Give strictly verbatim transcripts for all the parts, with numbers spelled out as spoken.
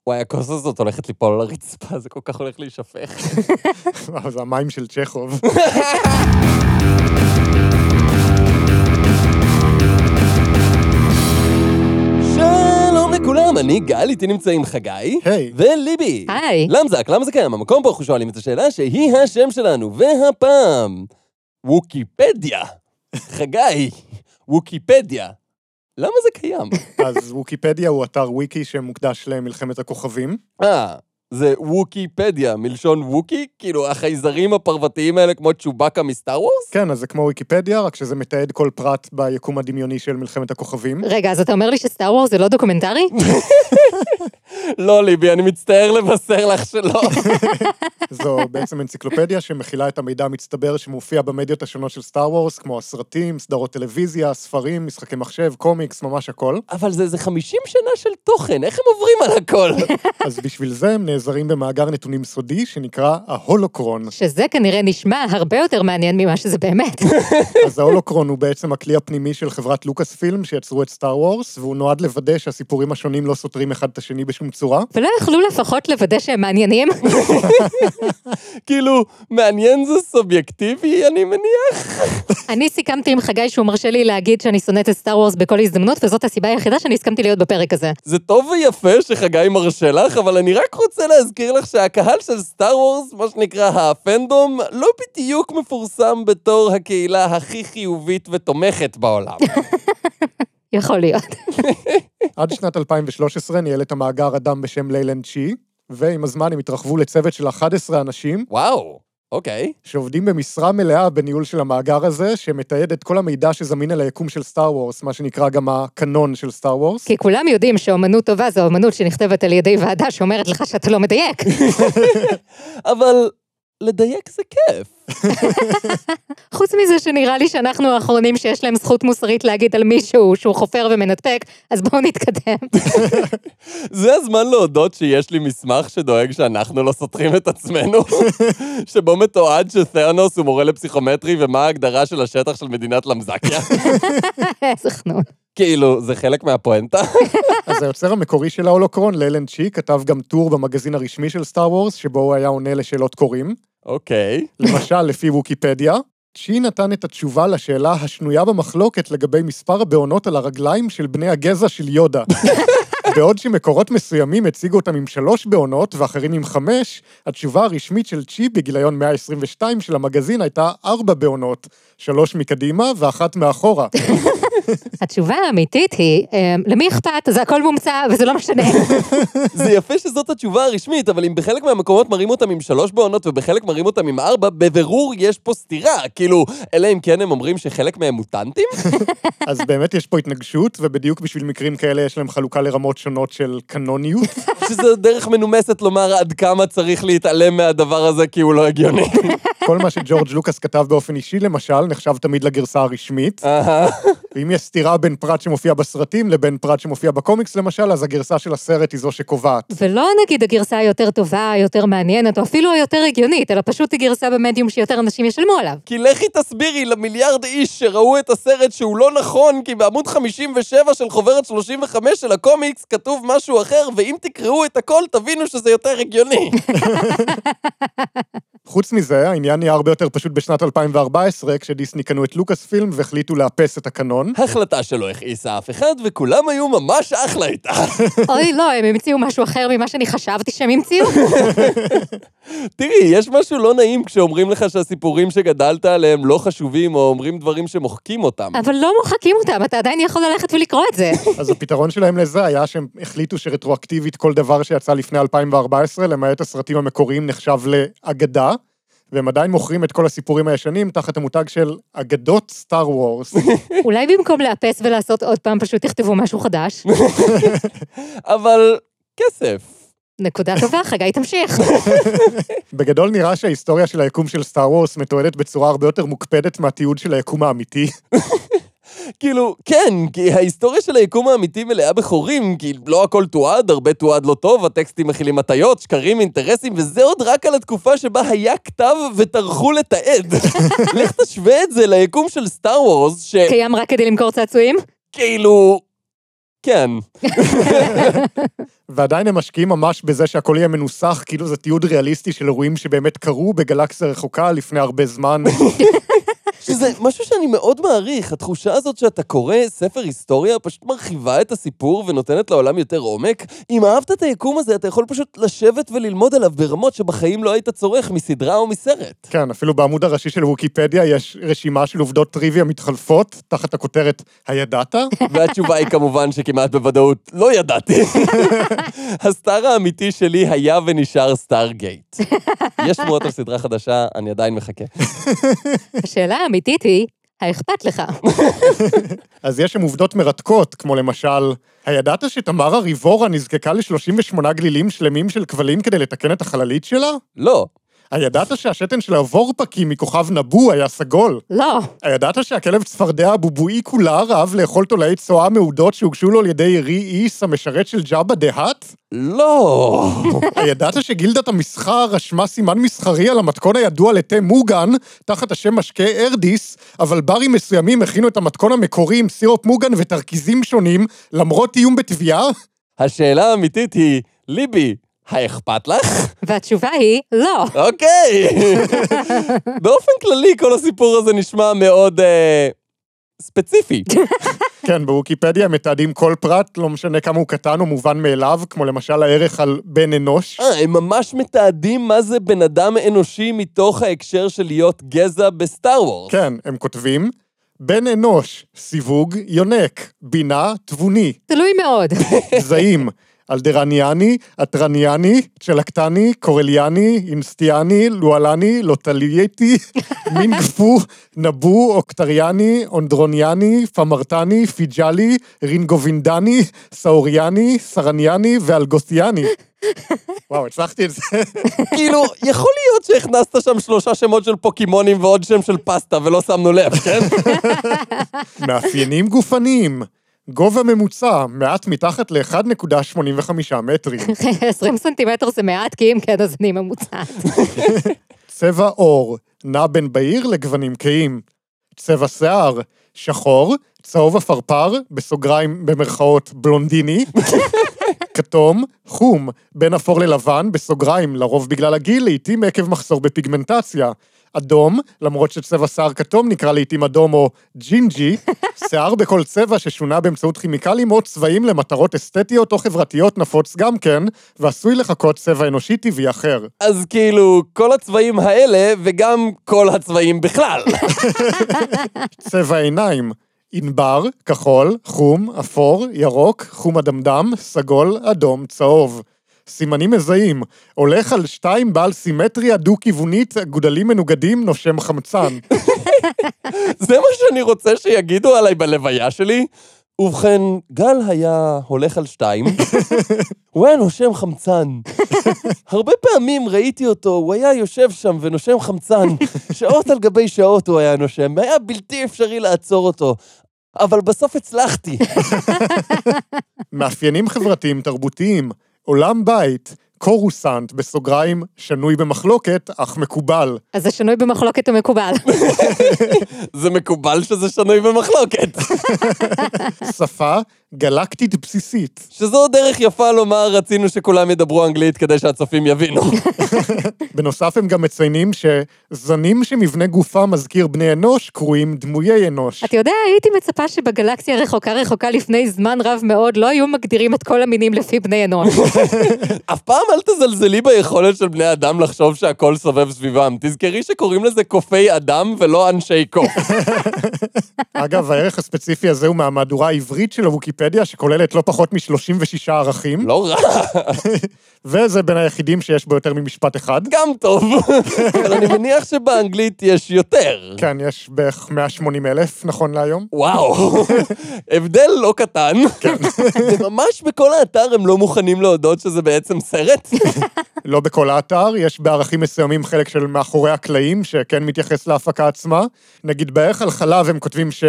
וואי, הכוס הזאת הולכת ליפול על הרצפה, זה כל כך הולך להישפך. זה המים של צ'כוב. שלום לכולם, אני גל, איתי נמצאים חגי. היי. וליבי. היי. למזק, למה זה קיים? המקום פה אנחנו שואלים את השאלה שהיא השם שלנו, והפעם, ווקיפדיה. חגי, ווקיפדיה. למה זה קיים? אז ווקיפדיה הוא אתר וויקי שמוקדש למלחמת הכוכבים. אה, זה ווקיפדיה, מלשון ווקי? כאילו החייזרים הפרוותיים האלה כמו צ'ובאקה מסטאר וורס? כן, אז זה כמו וויקיפדיה, רק שזה מתעד כל פרט ביקום הדמיוני של מלחמת הכוכבים. רגע, אז אתה אומר לי שסטאר וורס זה לא דוקומנטרי? לא, ליבי, אני מצטער לבשר לך שלא. זו בעצם אנציקלופדיה שמכילה את המידע המצטבר שמופיע במדיות השונות של סטאר וורס, כמו הסרטים, סדרות טלוויזיה, ספרים, משחקי מחשב, קומיקס, ממש הכל. אבל זה, זה חמישים שנה של תוכן, איך הם עוברים על הכל? אז בשביל זה הם נעזרים במאגר נתונים סודי שנקרא ההולוקרון. שזה כנראה נשמע הרבה יותר מעניין ממה שזה באמת. אז ההולוקרון הוא בעצם הכלי הפנימי של חברת לוקאס פילם שיצרו את סטאר וורס, והוא נועד לוודא שהסיפורים השונים לא סותרים אחד את השני בשום צורה. ולא יכלו לפחות לוודא שהם מעניינים? כאילו, מעניין זה סובייקטיבי, אני מניח. אני סיכמתי עם חגי שהוא מרשה לי להגיד שאני שונאת את סטאר וורס בכל הזדמנות, וזאת הסיבה היחידה שאני הסכמתי להיות בפרק הזה. זה טוב ויפה שחגי מרשה לך, אבל אני רק רוצה להזכיר לך שהקהל של סטאר וורס, מה שנקרא הפנדום, לא בדיוק מפורסם בתור הקהילה הכי חיובית ותומכת בעולם. יכול להיות. עד שנת אלפיים ושלוש עשרה ניהל את המאגר אדם בשם ליילנד צ'י, ועם הזמן הם התרחבו לצוות של אחד עשר אנשים. וואו, אוקיי. שעובדים במשרה מלאה בניהול של המאגר הזה, שמתעד את כל המידע שזמין על היקום של סטאר וורס, מה שנקרא גם הקנון של סטאר וורס. כי כולם יודעים שאומנות טובה זו אומנות שנכתבת על ידי ועדה שאומרת לך שאתה לא מדייק. אבל לדייק זה כיף. חוץ מזה שנראה לי שאנחנו האחרונים שיש להם זכות מוסרית להגיד על מישהו שהוא חופר ומנתק, אז בואו נתקדם. זה הזמן להודות שיש לי מסמך שדואג שאנחנו לא סותרים את עצמנו, שבו מתועד שת'אנוס הוא מורה לפסיכומטרי ומה ההגדרה של השטח של מדינת למזקיה. איזה חנון. כאילו, זה חלק מהפואנטה. אז היוצר המקורי של ההולוקרון, ליילנד צ'י, כתב גם טור במגזין הרשמי של סטאר וורס, שבו הוא היה עונה לשאלות קוראים. אוקיי. למשל, לפי ווקיפדיה, צ'י נתן את התשובה לשאלה השנויה במחלוקת לגבי מספר הבעונות על הרגליים של בני הגזע של יודה. בעוד שמקורות מסוימים הציגו אותם עם שלוש בעונות, ואחרים עם חמש, התשובה הרשמית של צ'י בגיליון מאה עשרים ושתיים של המגזין הייתה ארבע בעונות, שלוש מקדימה ואחת מאחורה. התשובה האמיתית היא, למי אכפת? זה הכל מומצא וזה לא משנה. זה יפה שזאת התשובה הרשמית, אבל אם בחלק מהמקומות מראים אותם עם שלוש בעונות ובחלק מראים אותם עם ארבע, בבירור יש פה סתירה. כאילו, אלא אם כן הם אומרים שחלק מהם מוטנטים? אז באמת יש פה התנגשות, ובדיוק בשביל מקרים כאלה יש להם חלוקה לרמות שונות של קנוניות. שזה דרך מנומסת לומר עד כמה צריך להתעלם מהדבר הזה כי הוא לא הגיוני. כל מה שג'ורג' לוקאס כתב באופן אישי, למשל, נחשב תמיד לגרסה הרשמית. ואם יש סתירה בין פרט שמופיע בסרטים לבין פרט שמופיע בקומיקס, למשל, אז הגרסה של הסרט היא זו שקובעת. ולא נגיד הגרסה היותר טובה, היותר מעניינת, או אפילו היותר הגיונית, אלא פשוט היא גרסה במדיום שיותר אנשים ישלמו עליו. כי לכי תסבירי למיליארד איש שראו את הסרט שהוא לא נכון, כי בעמוד חמישים ושבע של חוברת שלושים וחמש של הקומיקס כתוב משהו אחר, ואם תקראו את הכל תבינו שזה יותר הגיוני. חוץ מזה, העניין נהיה הרבה יותר פשוט בשנת אלפיים וארבע עשרה, כשדיסני קנו את לוקאס פילם והחליטו לאפס את הקנון. החלטה שלא הכעיסה אף אחד, וכולם היו ממש אחלה איתה. אוי, לא, הם המציאו משהו אחר ממה שאני חשבתי שהם המציאו. תראי, יש משהו לא נעים כשאומרים לך שהסיפורים שגדלת עליהם לא חשובים, או אומרים דברים שמוחקים אותם. אבל לא מוחקים אותם, אתה עדיין יכול ללכת ולקרוא את זה. אז הפתרון שלהם לזה היה שהם החליטו שרטרואקטיבית כל דבר שיצא לפני אלפיים וארבע עשרה, למעט הסרטים המקוריים, נחשב לאגדה, והם עדיין מוכרים את כל הסיפורים הישנים תחת המותג של אגדות סטאר וורס. אולי במקום לאפס ולעשות עוד פעם, פשוט תכתבו משהו חדש. אבל כסף. נקודה טובה, חגי תמשיך. בגדול נראה שההיסטוריה של היקום של סטאר וורס מתועדת בצורה הרבה יותר מוקפדת מהתיעוד של היקום האמיתי. כאילו, כן, כי ההיסטוריה של היקום האמיתי מלאה בחורים, כי לא הכל תועד, הרבה תועד לא טוב, הטקסטים מכילים הטיות, שקרים, אינטרסים, וזה עוד רק על התקופה שבה היה כתב וטרחו לתעד. לך תשווה את זה ליקום של סטאר וורס, ש... קיים רק כדי למכור צעצועים? כאילו... כן. ועדיין הם משקיעים ממש בזה שהכל יהיה מנוסח, כאילו זה תיעוד ריאליסטי של אירועים שבאמת קרו בגלקסיה רחוקה לפני הרבה זמן. שזה משהו שאני מאוד מעריך, התחושה הזאת שאתה קורא ספר היסטוריה, פשוט מרחיבה את הסיפור ונותנת לעולם יותר עומק. אם אהבת את היקום הזה, אתה יכול פשוט לשבת וללמוד עליו ברמות שבחיים לא היית צורך מסדרה או מסרט. כן, אפילו בעמוד הראשי של וויקיפדיה יש רשימה של עובדות טריוויה מתחלפות, תחת הכותרת הידעת? והתשובה היא כמובן שכמעט בוודאות לא ידעתי. הסטאר האמיתי שלי היה ונשאר סטארגייט. יש שמועות על סדרה חדשה, אני עדיין מחכה. השאלה האמיתית היא, האכפת לך? אז יש שם עובדות מרתקות, כמו למשל, הידעת שתמרה ריבורה נזקקה ל-שלושים ושמונה גלילים שלמים של כבלים כדי לתקן את החללית שלה? לא. הידעת שהשתן של הוורפקים מכוכב נבו היה סגול? לא. הידעת שהכלב צפרדע הבובואי כולה רעב לאכול תולעי צואה מעודות שהוגשו לו על ידי רי איס, המשרת של ג'אבה דה-האט? לא. הידעת שגילדת המסחר רשמה סימן מסחרי על המתכון הידוע לתה מוגן, תחת השם משקה ארדיס, אבל ברים מסוימים הכינו את המתכון המקורי עם סירופ מוגן ותרכיזים שונים, למרות איום בתביעה? השאלה האמיתית היא, ליבי, האכפת לך? והתשובה היא, לא. אוקיי. באופן כללי, כל הסיפור הזה נשמע מאוד אה, ספציפי. כן, בוויקיפדיה מתעדים כל פרט, לא משנה כמה הוא קטן או מובן מאליו, כמו למשל הערך על בן אנוש. אה, הם ממש מתעדים מה זה בן אדם אנושי מתוך ההקשר של להיות גזע בסטאר וורס. כן, הם כותבים, בן אנוש, סיווג, יונק, בינה, תבוני. תלוי מאוד. זעים, אלדרניאני, אטרניאני, צ'לקטני, קורליאני, אינסטיאני, לואלני, לוטלייטי, מינגפו, נבו, אוקטריאני, אונדרוניאני, פמרטני, פיג'לי, רינגובינדני, סאוריאני, סרניאני ואלגותיאני. וואו, הצלחתי את זה. כאילו, יכול להיות שהכנסת שם שלושה שמות של פוקימונים ועוד שם של פסטה ולא שמנו לב, כן? מאפיינים גופניים. גובה ממוצע, מעט מתחת ל-אחד נקודה שמונים וחמישה מטרים. עשרים סנטימטר זה מעט, כי אם כן, אז אני ממוצעת. צבע עור, נע בין בהיר לגוונים כהים. צבע שיער, שחור, צהוב אפרפר, בסוגריים במרכאות בלונדיני. כתום, חום, בין אפור ללבן, בסוגריים, לרוב בגלל הגיל, לעתים עקב מחסור בפיגמנטציה. אדום, למרות שצבע שיער כתום נקרא לעתים אדום או ג'ינג'י, שיער בכל צבע ששונה באמצעות כימיקלים או צבעים למטרות אסתטיות או חברתיות נפוץ גם כן, ועשוי לחכות צבע אנושי טבעי אחר. אז כאילו, כל הצבעים האלה וגם כל הצבעים בכלל. צבע עיניים, ענבר, כחול, חום, אפור, ירוק, חום אדמדם, סגול, אדום, צהוב. סימנים מזהים, הולך על שתיים בעל סימטריה דו-כיוונית, גודלים מנוגדים, נושם חמצן. זה מה שאני רוצה שיגידו עליי בלוויה שלי. ובכן, גל היה הולך על שתיים, הוא היה נושם חמצן. הרבה פעמים ראיתי אותו, הוא היה יושב שם ונושם חמצן, שעות על גבי שעות הוא היה נושם, והיה בלתי אפשרי לעצור אותו. אבל בסוף הצלחתי. מאפיינים חברתיים תרבותיים, עולם בית, קורוסנט, בסוגריים, שנוי במחלוקת, אך מקובל. אז זה שנוי במחלוקת ומקובל. זה מקובל שזה שנוי במחלוקת. שפה, גלקטית בסיסית. שזו דרך יפה לומר, רצינו שכולם ידברו אנגלית כדי שהצופים יבינו. בנוסף הם גם מציינים שזנים שמבנה גופה מזכיר בני אנוש, קרויים דמויי אנוש. אתה יודע, הייתי מצפה שבגלקסיה רחוקה רחוקה לפני זמן רב מאוד, לא היו מגדירים את כל המינים לפי בני אנוש. אף פעם אל תזלזלי ביכולת של בני אדם לחשוב שהכל סובב סביבם. תזכרי שקוראים לזה קופי אדם ולא אנשי קוף. אגב, הערך הספציפי הזה הוא מהמהדורה העברית של הוויקיפדיה, שכוללת לא פחות מ-שלושים ושישה ערכים. לא רע. וזה בין היחידים שיש בו יותר ממשפט אחד. גם טוב. אבל אני מניח שבאנגלית יש יותר. כן, יש בערך מאה ושמונים אלף נכון להיום. וואו. הבדל לא קטן. כן. וממש בכל האתר הם לא מוכנים להודות שזה בעצם סרט. לא בכל האתר, יש בערכים מסוימים חלק של מאחורי הקלעים, שכן מתייחס להפקה עצמה. נגיד בערך על חלב הם כותבים ש...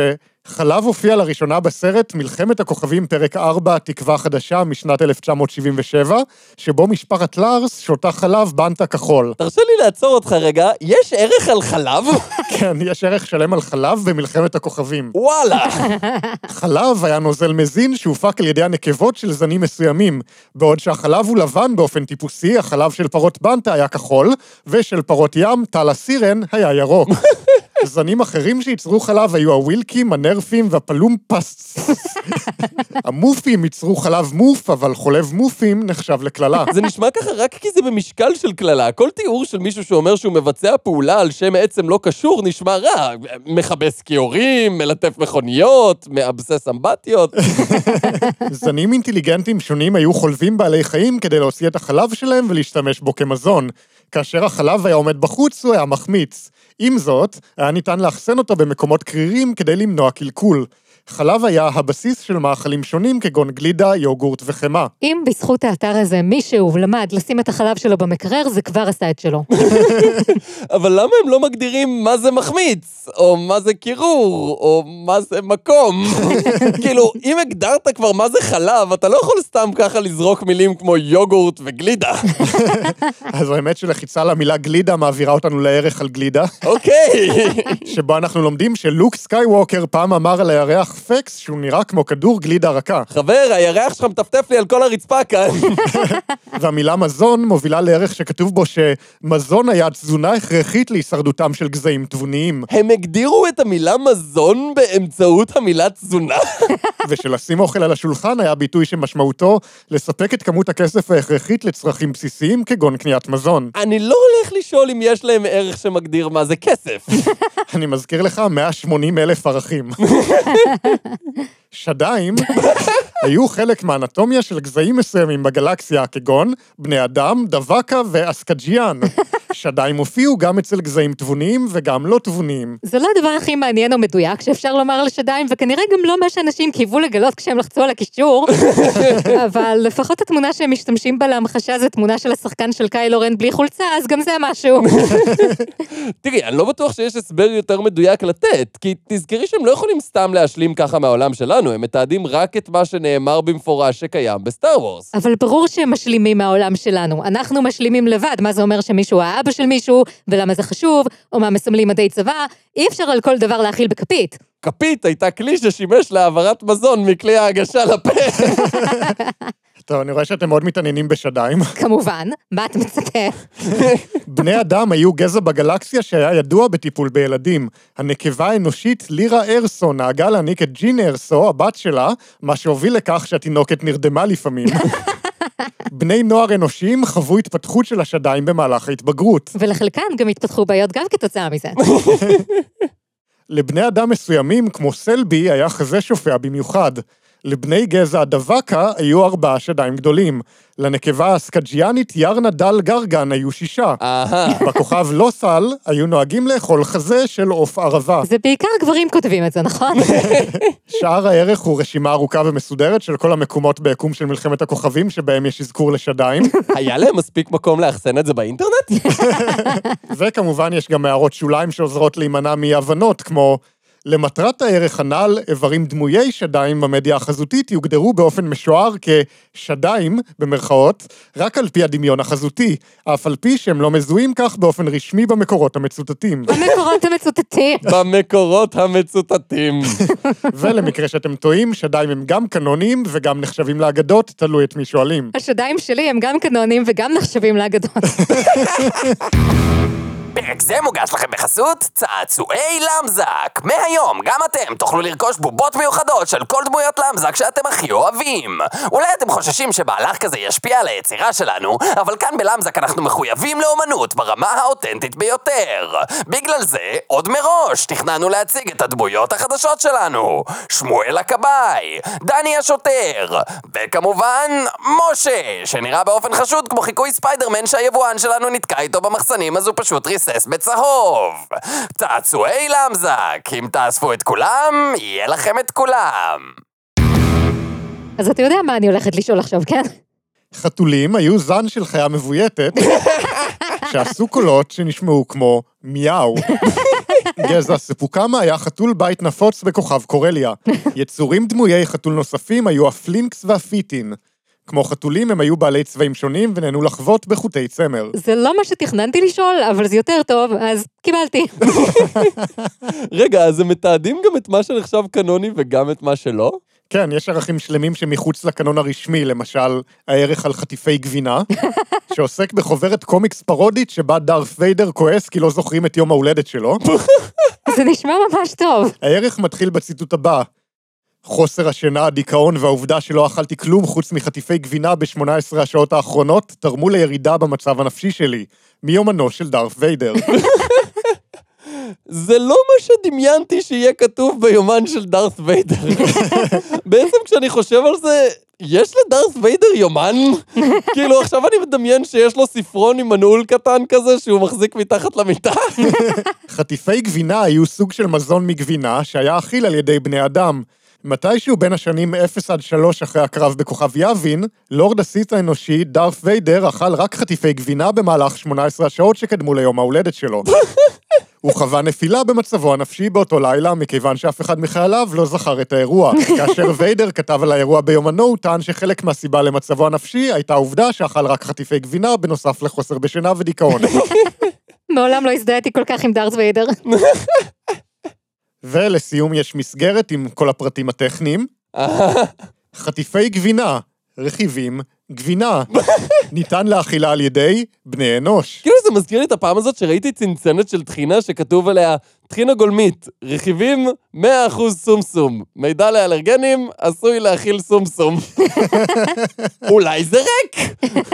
חלב הופיע לראשונה בסרט מלחמת הכוכבים פרק ארבע, תקווה חדשה משנת אלף תשע מאות שבעים ושבע, שבו משפחת לארס שותה חלב בנטה כחול. תרשה לי לעצור אותך רגע, יש ערך על חלב? כן, יש ערך שלם על חלב במלחמת הכוכבים. וואלה. חלב היה נוזל מזין שהופק על ידי הנקבות של זנים מסוימים, בעוד שהחלב הוא לבן באופן טיפוסי, החלב של פרות בנטה היה כחול, ושל פרות ים, טל הסירן, היה ירוק. זנים אחרים שייצרו חלב היו הווילקים, הנרפים והפלומפס. המופים ייצרו חלב מוף, אבל חולב מופים נחשב לכללה. זה נשמע ככה רק כי זה במשקל של כללה. כל תיאור של מישהו שאומר שהוא מבצע פעולה על שם עצם לא קשור נשמע רע. מחבס כיורים, מלטף מכוניות, מאבסס אמבטיות. זנים אינטליגנטים שונים היו חולבים בעלי חיים כדי להוציא את החלב שלהם ולהשתמש בו כמזון. כאשר החלב היה עומד בחוץ, הוא היה מחמיץ. עם זאת, היה ניתן לאחסן אותו במקומות קרירים כדי למנוע קלקול. חלב היה הבסיס של מאכלים שונים כגון גלידה, יוגורט וחמה. אם בזכות האתר הזה מישהו למד לשים את החלב שלו במקרר, זה כבר עשה את שלו. אבל למה הם לא מגדירים מה זה מחמיץ, או מה זה קירור, או מה זה מקום? כאילו, אם הגדרת כבר מה זה חלב, אתה לא יכול סתם ככה לזרוק מילים כמו יוגורט וגלידה. אז האמת שלחיצה למילה גלידה מעבירה אותנו לערך על גלידה. אוקיי. שבו אנחנו לומדים שלוק סקייווקר פעם אמר על הירח פקס שהוא נראה כמו כדור גלידה רכה. חבר, הירח שלך מטפטף לי על כל הרצפה כאן. והמילה מזון מובילה לערך שכתוב בו שמזון היה תזונה הכרחית להישרדותם של גזעים תבוניים. הם הגדירו את המילה מזון באמצעות המילה תזונה. ושלשים אוכל על השולחן היה ביטוי שמשמעותו לספק את כמות הכסף ההכרחית לצרכים בסיסיים כגון קניית מזון. אני לא הולך לשאול אם יש להם ערך שמגדיר מה זה כסף. אני מזכיר לך מאה ושמונים אלף ערכים. שדיים היו חלק מהאנטומיה של גזעים מסוימים בגלקסיה, כגון בני אדם, דווקה ואסקג'יאן. שדיים הופיעו גם אצל גזעים תבוניים וגם לא תבוניים. זה לא הדבר הכי מעניין או מדויק שאפשר לומר על שדיים, וכנראה גם לא מה שאנשים קיוו לגלות כשהם לחצו על הקישור, אבל לפחות התמונה שהם משתמשים בה להמחשה זה תמונה של השחקן של קיילו רן בלי חולצה, אז גם זה משהו. תראי, אני לא בטוח שיש הסבר יותר מדויק לתת, כי תזכרי שהם לא יכולים סתם להשלים ככה מהעולם שלנו, הם מתעדים רק את מה שנאמר במפורש שקיים בסטאר וורס. אבל ברור שהם משלימים מהעולם שלנו, אנחנו משלימים לבד, מה זה אומר שמישהו האבא של מישהו, ולמה זה חשוב, או מה מסמלים מדי צבא, אי אפשר על כל דבר להכיל בכפית. כפית הייתה כלי ששימש להעברת מזון מכלי ההגשה לפה. טוב, אני רואה שאתם מאוד מתעניינים בשדיים. כמובן, מה אתה מצפה? בני אדם היו גזע בגלקסיה שהיה ידוע בטיפול בילדים. הנקבה האנושית לירה ארסו נהגה להעניק את ג'ין ארסו, הבת שלה, מה שהוביל לכך שהתינוקת נרדמה לפעמים. בני נוער אנושיים חוו התפתחות של השדיים במהלך ההתבגרות. ולחלקן גם התפתחו בעיות גם כתוצאה מזה. לבני אדם מסוימים, כמו סלבי, היה חזה שופע במיוחד. לבני גזע הדווקה היו ארבעה שדיים גדולים. לנקבה הסקג'יאנית ירנה דל גרגן היו שישה. בכוכב לוסל היו נוהגים לאכול חזה של עוף ערבה. זה בעיקר גברים כותבים את זה, נכון? שאר הערך הוא רשימה ארוכה ומסודרת של כל המקומות ביקום של מלחמת הכוכבים שבהם יש אזכור לשדיים. היה להם מספיק מקום לאחסן את זה באינטרנט? וכמובן יש גם הערות שוליים שעוזרות להימנע מאי-הבנות, כמו למטרת הערך הנ"ל, איברים דמויי שדיים במדיה החזותית יוגדרו באופן משוער כשדיים, במרכאות, רק על פי הדמיון החזותי, אף על פי שהם לא מזוהים כך באופן רשמי במקורות המצוטטים. במקורות המצוטטים. במקורות המצוטטים. ולמקרה שאתם טועים, שדיים הם גם קנוניים וגם נחשבים לאגדות, תלוי את מי שואלים. השדיים שלי הם גם קנונים וגם נחשבים לאגדות. פרק זה מוגש לכם בחסות צעצועי למזק. מהיום גם אתם תוכלו לרכוש בובות מיוחדות של כל דמויות למזק שאתם הכי אוהבים. אולי אתם חוששים שבהלך כזה ישפיע על היצירה שלנו, אבל כאן בלמזק אנחנו מחויבים לאומנות ברמה האותנטית ביותר. בגלל זה, עוד מראש תכננו להציג את הדמויות החדשות שלנו. שמואל הכבאי, דני השוטר, וכמובן משה, שנראה באופן חשוד כמו חיקוי ספיידרמן שהיבואן שלנו נתקע איתו במחסנים, אז הוא פשוט ריסס בצהוב. צעצועי למזק, אם תאספו את כולם, יהיה לכם את כולם. אז אתה יודע מה אני הולכת לשאול עכשיו, כן? חתולים היו זן של חיה מבויתת, שעשו קולות שנשמעו כמו מיאו. גזע ספוקמה היה חתול בית נפוץ בכוכב קורליה. יצורים דמויי חתול נוספים היו הפלינקס והפיטין. כמו חתולים הם היו בעלי צבעים שונים ונהנו לחוות בחוטי צמר. זה לא מה שתכננתי לשאול, אבל זה יותר טוב, אז קיבלתי. רגע, אז הם מתעדים גם את מה שנחשב קנוני וגם את מה שלא? כן, יש ערכים שלמים שמחוץ לקנון הרשמי, למשל, הערך על חטיפי גבינה, שעוסק בחוברת קומיקס פרודית שבה דארת ויידר כועס כי לא זוכרים את יום ההולדת שלו. זה נשמע ממש טוב. הערך מתחיל בציטוט הבא. חוסר השינה, הדיכאון והעובדה שלא אכלתי כלום חוץ מחטיפי גבינה ב-שמונה עשרה השעות האחרונות, תרמו לירידה במצב הנפשי שלי, מיומנו של דארת ויידר. זה לא מה שדמיינתי שיהיה כתוב ביומן של דארת ויידר. בעצם כשאני חושב על זה, יש לדארת ויידר יומן? כאילו עכשיו אני מדמיין שיש לו ספרון עם מנעול קטן כזה שהוא מחזיק מתחת למיטה. חטיפי גבינה היו סוג של מזון מגבינה שהיה אכיל על ידי בני אדם. מתישהו בין השנים אפס עד שלוש אחרי הקרב בכוכב יאבין, לורד הסיט האנושי, דארת ויידר, אכל רק חטיפי גבינה במהלך שמונה עשרה השעות שקדמו ליום ההולדת שלו. הוא חווה נפילה במצבו הנפשי באותו לילה, מכיוון שאף אחד מחייליו לא זכר את האירוע. כאשר ויידר כתב על האירוע ביומנו, הוא טען שחלק מהסיבה למצבו הנפשי הייתה העובדה שאכל רק חטיפי גבינה, בנוסף לחוסר בשינה ודיכאון. מעולם לא הזדהיתי כל כך עם דארת ויידר. ולסיום יש מסגרת עם כל הפרטים הטכניים. חטיפי גבינה, רכיבים, גבינה. ניתן להאכילה על ידי בני אנוש. כאילו זה מזכיר לי את הפעם הזאת שראיתי צנצנת של טחינה שכתוב עליה, טחינה גולמית, רכיבים מאה אחוז סומסום, מידע לאלרגנים, עשוי להאכיל סומסום. אולי זה ריק!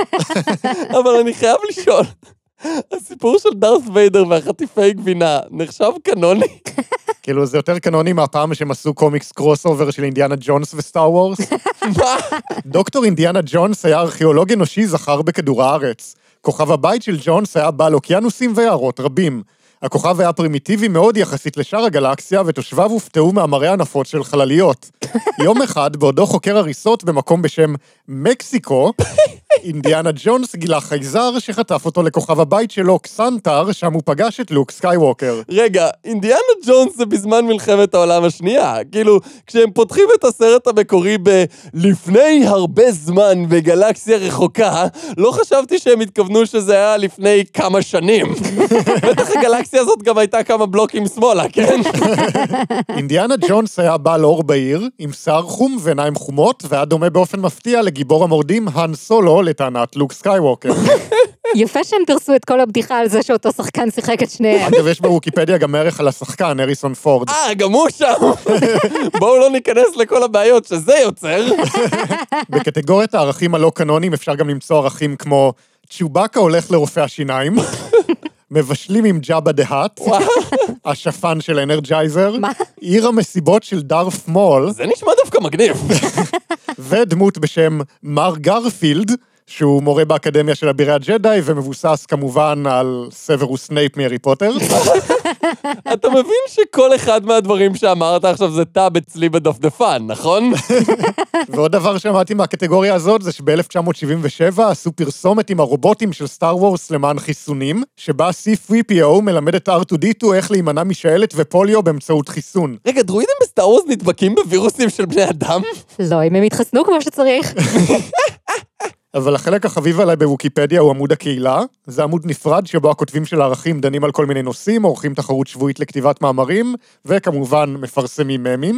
אבל אני חייב לשאול, הסיפור של דארת ויידר והחטיפי גבינה נחשב קנוני? כאילו זה יותר קנוני מהפעם שהם עשו קומיקס קרוס אובר של אינדיאנה ג'ונס וסטאר וורס. מה? דוקטור אינדיאנה ג'ונס היה ארכיאולוג אנושי זכר בכדור הארץ. כוכב הבית של ג'ונס היה בעל אוקיינוסים ויערות רבים. הכוכב היה פרימיטיבי מאוד יחסית לשאר הגלקסיה, ותושביו הופתעו מהמראה הנפוץ של חלליות. יום אחד, בעודו חוקר הריסות במקום בשם מקסיקו, אינדיאנה ג'ונס גילה חייזר שחטף אותו לכוכב הבית שלו, קסנטר, שם הוא פגש את לוק סקייווקר. רגע, אינדיאנה ג'ונס זה בזמן מלחמת העולם השנייה. כאילו, כשהם פותחים את הסרט המקורי בלפני הרבה זמן בגלקסיה רחוקה, לא חשבתי שהם התכוונו שזה היה לפני כמה שנים. בטח הגלקסיה הזאת גם הייתה כמה בלוקים שמאלה, כן? אינדיאנה ג'ונס היה בעל אור בהיר, עם שיער חום ועיניים חומות, והיה דומה באופן מפתיע לגיבור המורדים האן סולו, לטענת לוק סקייווקר. יפה שהם דרסו את כל הבדיחה על זה שאותו שחקן שיחק את שניהם. אגב, יש בוויקיפדיה גם ערך על השחקן, הריסון פורד. אה, גם הוא שם. בואו לא ניכנס לכל הבעיות שזה יוצר. בקטגוריית הערכים הלא קנונים אפשר גם למצוא ערכים כמו צ'ובאקה הולך לרופא השיניים, מבשלים עם ג'אבה דה-האט, השפן של אנרג'ייזר, עיר המסיבות של דארף מול, זה נשמע דווקא מגניב. ודמות בשם מר גרפילד, שהוא מורה באקדמיה של אבירי הג'די, ומבוסס כמובן על סוורוס סנייפ מהרי פוטר. אתה מבין שכל אחד מהדברים שאמרת עכשיו זה טאב אצלי בדפדפן, נכון? ועוד דבר שמעתי מהקטגוריה הזאת, זה שב-אלף תשע מאות שבעים ושבע עשו פרסומת עם הרובוטים של סטאר וורס למען חיסונים, שבה סי תרי פי או מלמד את אר טו די טו איך להימנע משעלת ופוליו באמצעות חיסון. רגע, דרואידים בסטאר וורס נדבקים בווירוסים של בני אדם? לא, אם הם יתחסנו כמו שצריך. אבל החלק החביב עליי בוויקיפדיה הוא עמוד הקהילה. זה עמוד נפרד שבו הכותבים של הערכים דנים על כל מיני נושאים, עורכים תחרות שבועית לכתיבת מאמרים, וכמובן מפרסמים ממים.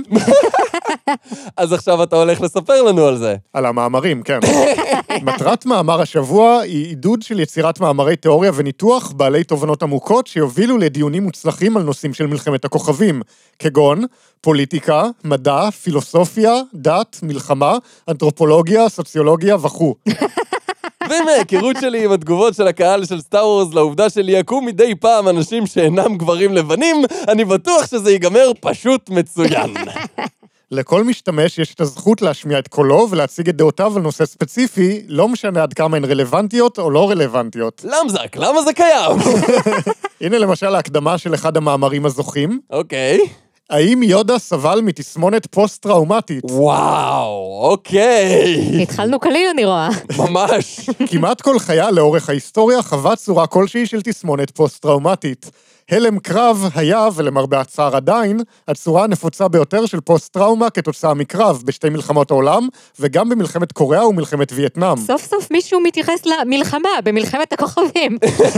אז עכשיו אתה הולך לספר לנו על זה. על המאמרים, כן. מטרת מאמר השבוע היא עידוד של יצירת מאמרי תיאוריה וניתוח בעלי תובנות עמוקות שיובילו לדיונים מוצלחים על נושאים של מלחמת הכוכבים, כגון פוליטיקה, מדע, פילוסופיה, דת, מלחמה, אנתרופולוגיה, סוציולוגיה וכו'. ומההיכרות שלי עם התגובות של הקהל של סטאר וורס לעובדה שלי יקום מדי פעם אנשים שאינם גברים לבנים, אני בטוח שזה ייגמר פשוט מצוין. לכל משתמש יש את הזכות להשמיע את קולו ולהציג את דעותיו על נושא ספציפי, לא משנה עד כמה הן רלוונטיות או לא רלוונטיות. למזק, למה זה קיים? הנה למשל ההקדמה של אחד המאמרים הזוכים. אוקיי. האם יודה סבל מתסמונת פוסט-טראומטית? וואו, אוקיי. התחלנו קליל, אני רואה. ממש. כמעט כל חיה לאורך ההיסטוריה חווה צורה כלשהי של תסמונת פוסט-טראומטית. הלם קרב היה, ולמרבה הצער עדיין, הצורה הנפוצה ביותר של פוסט-טראומה כתוצאה מקרב בשתי מלחמות העולם, וגם במלחמת קוריאה ומלחמת וייטנאם. סוף סוף מישהו מתייחס למלחמה, במלחמת הכוכבים.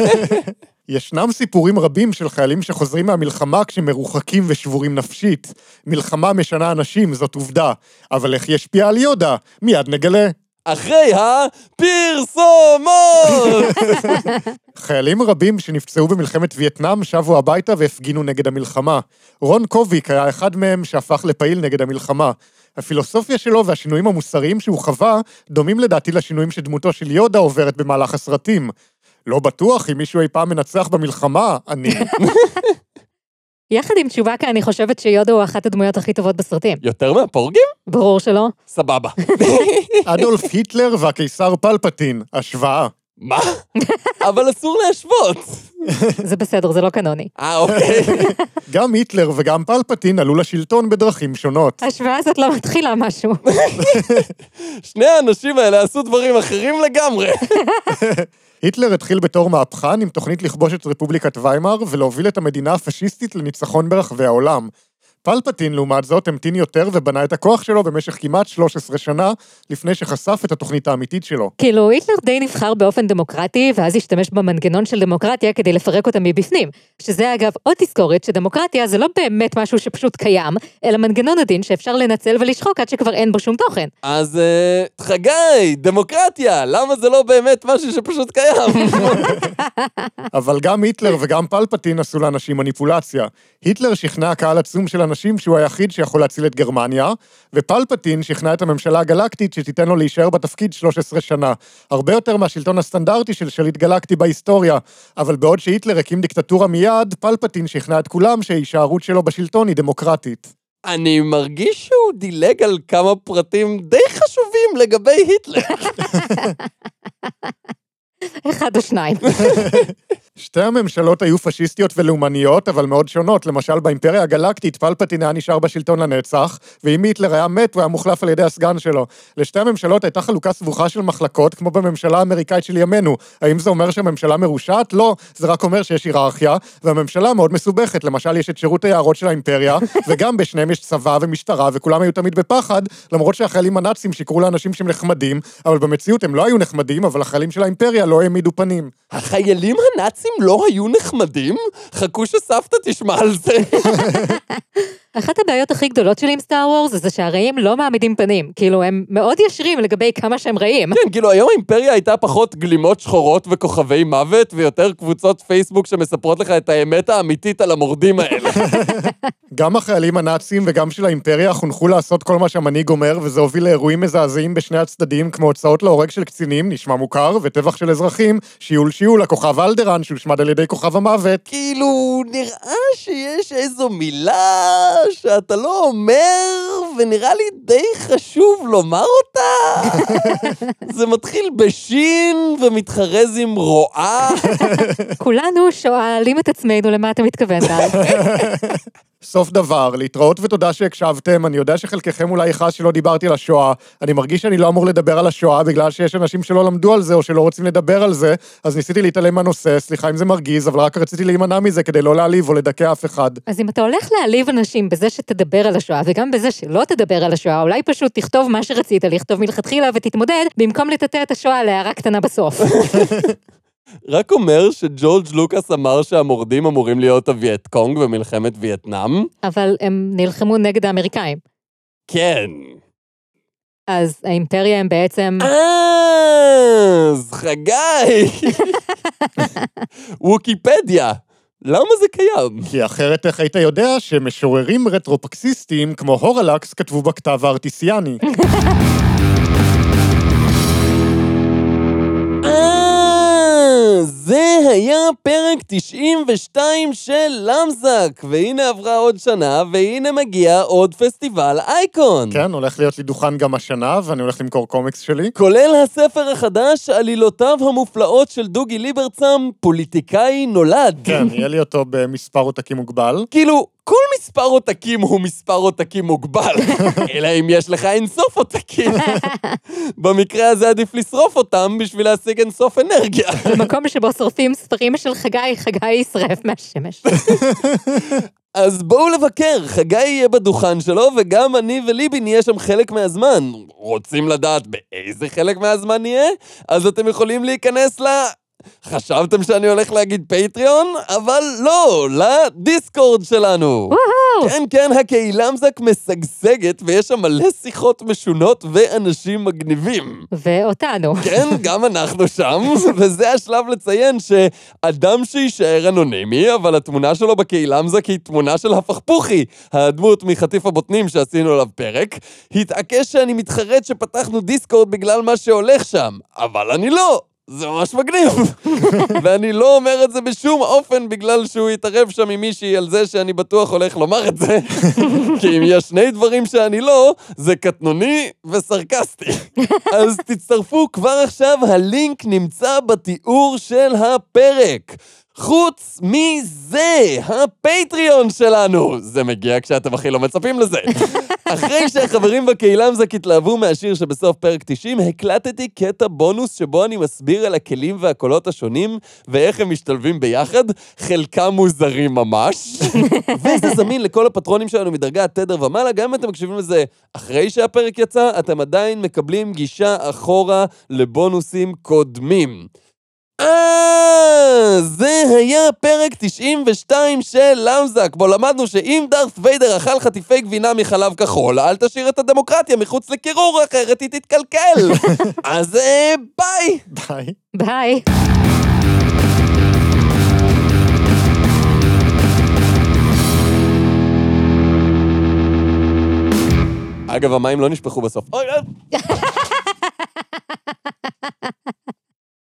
ישנם סיפורים רבים של חיילים שחוזרים מהמלחמה כשמרוחקים ושבורים נפשית. מלחמה משנה אנשים, זאת עובדה. אבל איך ישפיע על יודה? מיד נגלה. אחרי הפרסומות! חיילים רבים שנפצעו במלחמת וייטנאם שבו הביתה והפגינו נגד המלחמה. רון קוביק היה אחד מהם שהפך לפעיל נגד המלחמה. הפילוסופיה שלו והשינויים המוסריים שהוא חווה דומים לדעתי לשינויים שדמותו של יודה עוברת במהלך הסרטים. לא בטוח אם מישהו אי פעם מנצח במלחמה, אני... יחד עם צ'ובאקה, אני חושבת שיודה הוא אחת הדמויות הכי טובות בסרטים. יותר מהפורגים? ברור שלא. סבבה. אדולף היטלר והקיסר פלפטין, השוואה. מה? אבל אסור להשוות. זה בסדר, זה לא קנוני. אה, אוקיי. גם היטלר וגם פלפטין עלו לשלטון בדרכים שונות. ההשוואה הזאת לא מתחילה משהו. שני האנשים האלה עשו דברים אחרים לגמרי. היטלר התחיל בתור מהפכן עם תוכנית לכבוש את רפובליקת ויימאר ולהוביל את המדינה הפשיסטית לניצחון ברחבי העולם. פלפטין, לעומת זאת, המתין יותר ובנה את הכוח שלו במשך כמעט שלוש עשרה שנה, לפני שחשף את התוכנית האמיתית שלו. כאילו, היטלר די נבחר באופן דמוקרטי, ואז השתמש במנגנון של דמוקרטיה כדי לפרק אותה מבפנים. שזה אגב עוד תזכורת שדמוקרטיה זה לא באמת משהו שפשוט קיים, אלא מנגנון עדין שאפשר לנצל ולשחוק עד שכבר אין בו שום תוכן. אז uh, חגי, דמוקרטיה, למה זה לא באמת משהו שפשוט קיים? אבל גם היטלר וגם פלפטין עשו לאנשים מניפולציה. היטלר שכנע קהל עצום של אנשים שהוא היחיד שיכול להציל את גרמניה, ופלפטין שכנע את הממשלה הגלקטית שתיתן לו להישאר בתפקיד שלוש עשרה שנה. הרבה יותר מהשלטון הסטנדרטי של שליט גלקטי בהיסטוריה, אבל בעוד שהיטלר הקים דיקטטורה מיד, פלפטין שכנע את כולם שההישארות שלו בשלטון היא דמוקרטית. אני מרגיש שהוא דילג על כמה פרטים די חשובים לגבי היטלר. אחד או שניים. שתי הממשלות היו פשיסטיות ולאומניות, אבל מאוד שונות. למשל, באימפריה הגלקטית, פלפטין היה נשאר בשלטון לנצח, ואם היטלר היה מת, הוא היה מוחלף על ידי הסגן שלו. לשתי הממשלות הייתה חלוקה סבוכה של מחלקות, כמו בממשלה האמריקאית של ימינו. האם זה אומר שהממשלה מרושעת? לא, זה רק אומר שיש היררכיה, והממשלה מאוד מסובכת. למשל, יש את שירות היערות של האימפריה, וגם בשניהם יש צבא ומשטרה, וכולם היו תמיד בפחד, למרות שהחיילים הנאצים שיקרו לאנשים שהם נחמדים, אבל במציאות הם לא היו נחמדים, אבל החיילים של האימפריה לא העמידו פנים. החיילים הנאצים לא היו נחמדים? חכו שסבתא תשמע על זה. אחת הבעיות הכי גדולות שלי עם סטאר וורס זה שהרעים לא מעמידים פנים. כאילו, הם מאוד ישרים לגבי כמה שהם רעים. כן, כאילו, היום האימפריה הייתה פחות גלימות שחורות וכוכבי מוות, ויותר קבוצות פייסבוק שמספרות לך את האמת האמיתית על המורדים האלה. גם החיילים הנאצים וגם של האימפריה חונכו לעשות כל מה שהמנהיג אומר, וזה הוביל לאירועים מזעזעים בשני הצדדים, כמו הוצאות להורג של קצינים, נשמע מוכר, וטבח של אזרחים, שיעול שיעול לכוכב אלדרן, שהושמד על ידי כוכב המוות. כאילו, נראה שיש איזו מילה שאתה לא אומר, ונראה לי די חשוב לומר אותה. זה מתחיל בשין ומתחרז עם רואה. כולנו שואלים את עצמנו למה אתה מתכוון, גל. סוף דבר, להתראות ותודה שהקשבתם, אני יודע שחלקכם אולי יכעס שלא דיברתי על השואה, אני מרגיש שאני לא אמור לדבר על השואה, בגלל שיש אנשים שלא למדו על זה, או שלא רוצים לדבר על זה, אז ניסיתי להתעלם מהנושא, סליחה אם זה מרגיז, אבל רק רציתי להימנע מזה כדי לא להעליב או לדכא אף אחד. אז אם אתה הולך להעליב אנשים בזה שתדבר על השואה, וגם בזה שלא תדבר על השואה, אולי פשוט תכתוב מה שרצית לכתוב מלכתחילה ותתמודד, במקום לטאטא את השואה להערה קטנה בסוף. רק אומר שג'ורג' לוקאס אמר שהמורדים אמורים להיות הווייטקונג במלחמת וייטנאם. אבל הם נלחמו נגד האמריקאים. כן. אז האימפריה הם בעצם... אז חגי! ווקיפדיה. למה זה קיים? כי אחרת איך היית יודע שמשוררים רטרופקסיסטיים כמו הורלקס כתבו בכתב הארטיסיאני. זה היה פרק תשעים ושתיים של למזק, והנה עברה עוד שנה, והנה מגיע עוד פסטיבל אייקון. כן, הולך להיות לי דוכן גם השנה, ואני הולך למכור קומיקס שלי. כולל הספר החדש, עלילותיו המופלאות של דוגי ליברצם, פוליטיקאי נולד. כן, יהיה לי אותו במספר עותקים מוגבל. כאילו, כל מספר עותקים הוא מספר עותקים מוגבל, אלא אם יש לך אינסוף עותקים. במקרה הזה עדיף לשרוף אותם בשביל להשיג אינסוף אנרגיה. במקום שבו שורפים ספרים של חגי, חגי ישרף מהשמש. אז בואו לבקר, חגי יהיה בדוכן שלו, וגם אני וליבי נהיה שם חלק מהזמן. רוצים לדעת באיזה חלק מהזמן נהיה? אז אתם יכולים להיכנס ל... חשבתם שאני הולך להגיד פטריון? אבל לא, לדיסקורד שלנו. וואו! כן, כן, הקהילה מזק משגשגת, ויש שם מלא שיחות משונות ואנשים מגניבים. ואותנו. כן, גם אנחנו שם, וזה השלב לציין שאדם שישאר אנונימי, אבל התמונה שלו בקהילה מזק היא תמונה של הפכפוכי, הדמות מחטיף הבוטנים שעשינו עליו פרק, התעקש שאני מתחרט שפתחנו דיסקורד בגלל מה שהולך שם, אבל אני לא. זה ממש מגניב. ואני לא אומר את זה בשום אופן בגלל שהוא יתערב שם עם מישהי על זה שאני בטוח הולך לומר את זה. כי אם יש שני דברים שאני לא, זה קטנוני וסרקסטי. אז תצטרפו כבר עכשיו, הלינק נמצא בתיאור של הפרק. חוץ מזה, הפטריון שלנו. זה מגיע כשאתם הכי לא מצפים לזה. אחרי שהחברים בקהילה מזק התלהבו מהשיר שבסוף פרק תשעים, הקלטתי קטע בונוס שבו אני מסביר על הכלים והקולות השונים, ואיך הם משתלבים ביחד, חלקם מוזרים ממש. וזה זמין לכל הפטרונים שלנו מדרגת תדר ומעלה, גם אם אתם מקשיבים לזה אחרי שהפרק יצא, אתם עדיין מקבלים גישה אחורה לבונוסים קודמים. אה, זה היה פרק תשעים ושתיים של למזק, בו למדנו שאם דארת ויידר אכל חטיפי גבינה מחלב כחול, אל תשאיר את הדמוקרטיה מחוץ לקירור, אחרת היא תתקלקל. אז ביי. ביי. ביי. אגב, המים לא נשפכו בסוף. אוי, אוי.